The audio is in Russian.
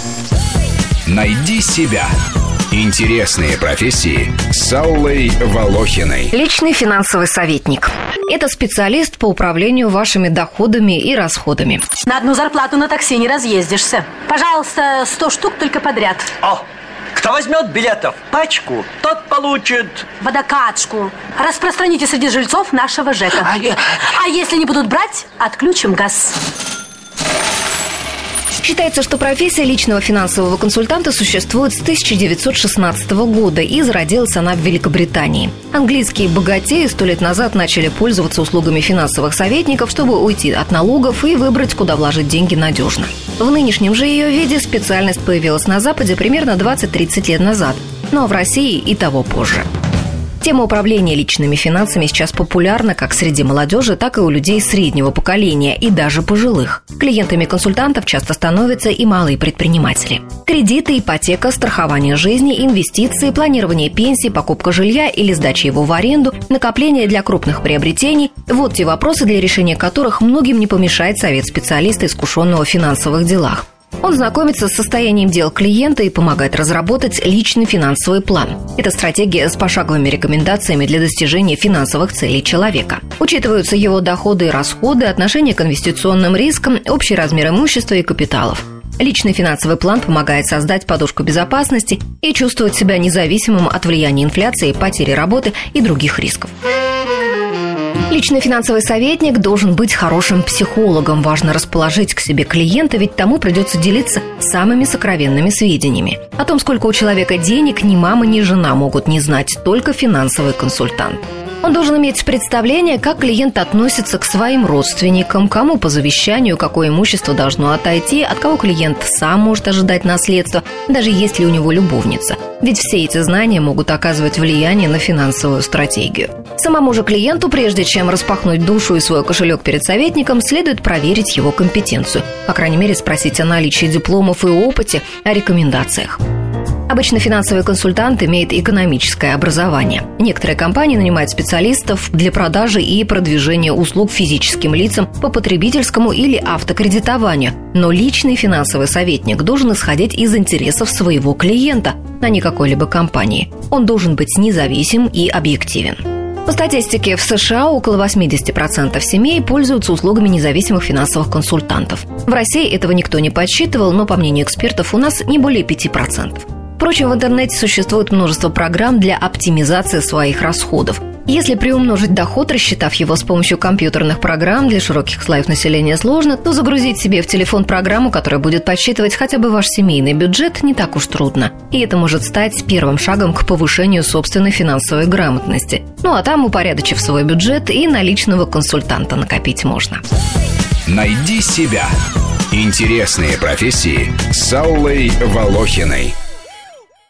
Найди себя. Интересные профессии с Аллой Волохиной. Личный финансовый советник. Это специалист по управлению вашими доходами и расходами. На одну зарплату на такси не разъездишься. Пожалуйста, 100 штук только подряд. Кто возьмет билетов пачку, тот получит... Водокачку. Распространите среди жильцов нашего ЖЭКа. А если не будут брать, отключим газ. Считается, что профессия личного финансового консультанта существует с 1916 года, и зародилась она в Великобритании. Английские богатеи 100 лет назад начали пользоваться услугами финансовых советников, чтобы уйти от налогов и выбрать, куда вложить деньги надежно. В нынешнем же ее виде специальность появилась на Западе примерно 20-30 лет назад, но в России и того позже. Тема управления личными финансами сейчас популярна как среди молодежи, так и у людей среднего поколения и даже пожилых. Клиентами консультантов часто становятся и малые предприниматели. Кредиты, ипотека, страхование жизни, инвестиции, планирование пенсии, покупка жилья или сдача его в аренду, накопление для крупных приобретений – вот те вопросы, для решения которых многим не помешает совет специалиста, искушенного в финансовых делах. Он знакомится с состоянием дел клиента и помогает разработать личный финансовый план. Это стратегия с пошаговыми рекомендациями для достижения финансовых целей человека. Учитываются его доходы и расходы, отношение к инвестиционным рискам, общий размер имущества и капиталов. Личный финансовый план помогает создать подушку безопасности и чувствовать себя независимым от влияния инфляции, потери работы и других рисков. Личный финансовый советник должен быть хорошим психологом. Важно расположить к себе клиента, ведь тому придется делиться самыми сокровенными сведениями. О том, сколько у человека денег, ни мама, ни жена могут не знать, только финансовый консультант. Он должен иметь представление, как клиент относится к своим родственникам, кому по завещанию, какое имущество должно отойти, от кого клиент сам может ожидать наследства, даже есть ли у него любовница. Ведь все эти знания могут оказывать влияние на финансовую стратегию. Самому же клиенту, прежде чем распахнуть душу и свой кошелек перед советником, следует проверить его компетенцию. По крайней мере, спросить о наличии дипломов и опыте, о рекомендациях. Обычно финансовый консультант имеет экономическое образование. Некоторые компании нанимают специалистов для продажи и продвижения услуг физическим лицам по потребительскому или автокредитованию. Но личный финансовый советник должен исходить из интересов своего клиента, а не какой-либо компании. Он должен быть независим и объективен. По статистике, в США около 80% семей пользуются услугами независимых финансовых консультантов. В России этого никто не подсчитывал, но, по мнению экспертов, у нас не более 5%. Впрочем, в интернете существует множество программ для оптимизации своих расходов. Если приумножить доход, рассчитав его с помощью компьютерных программ, для широких слоев населения сложно, то загрузить себе в телефон программу, которая будет подсчитывать хотя бы ваш семейный бюджет, не так уж трудно. И это может стать первым шагом к повышению собственной финансовой грамотности. Ну а там, упорядочив свой бюджет, и на личного консультанта накопить можно. Найди себя. Интересные профессии с Аллой Волохиной.